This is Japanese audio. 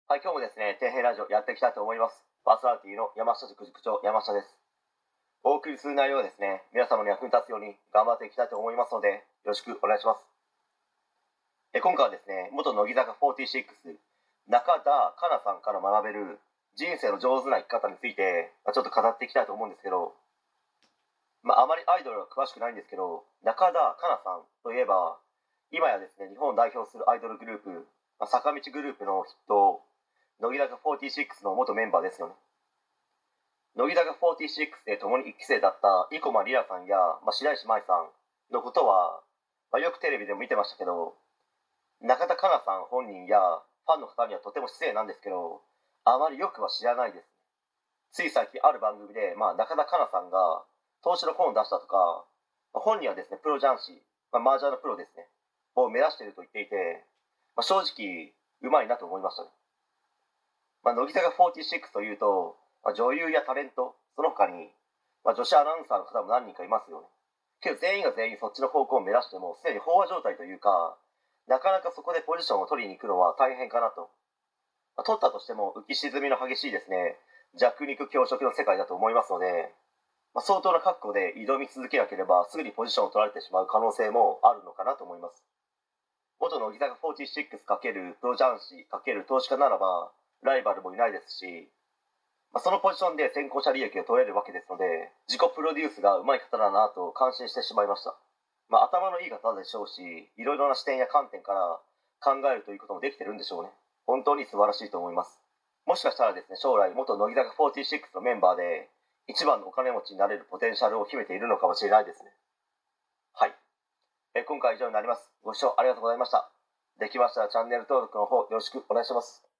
はい、今日もですね、底辺ラジオやっていきたいと思います。パーソナリティの山下塾塾長、山下です。お送りする内容はですね、皆様の役に立つように頑張っていきたいと思いますので、よろしくお願いします。今回はですね、元乃木坂46、中田香菜さんから学べる人生の上手な生き方について、ちょっと語っていきたいと思うんですけど、あまりアイドルは詳しくないんですけど、中田香菜さんといえば、今やですね、日本を代表するアイドルグループ、坂道グループの筆頭、乃木坂46の元メンバーですよね。乃木坂46で共に1期生だった生駒里奈さんや、白石麻衣さんのことは、よくテレビでも見てましたけど、中田香菜さん本人やファンの方にはとても失礼なんですけど、あまりよくは知らないです。つい最近ある番組で、中田香菜さんが投資の本を出したとか、本人はですね、プロ雀士、麻雀のプロですね、を目指していると言っていて、正直、うまいなと思いましたね。乃木坂46というと、女優やタレント、その他に、女子アナウンサーの方も何人かいますよね。けど全員が全員そっちの方向を目指しても、すでに飽和状態というか、なかなかそこでポジションを取りに行くのは大変かなと。取ったとしても浮き沈みの激しいですね、弱肉強食の世界だと思いますので、相当な覚悟で挑み続けなければすぐにポジションを取られてしまう可能性もあるのかなと思います。元乃木坂 46× プロ雀士×投資家ならばライバルもいないですし、そのポジションで先行者利益を取れるわけですので、自己プロデュースがうまい方だなと感心してしまいました。頭のいい方でしょうし、いろいろな視点や観点から考えるということもできてるんでしょうね。本当に素晴らしいと思います。もしかしたらですね、将来元乃木坂46のメンバーで一番のお金持ちになれるポテンシャルを秘めているのかもしれないですね。はい。今回は以上になります。ご視聴ありがとうございました。できましたらチャンネル登録の方よろしくお願いします。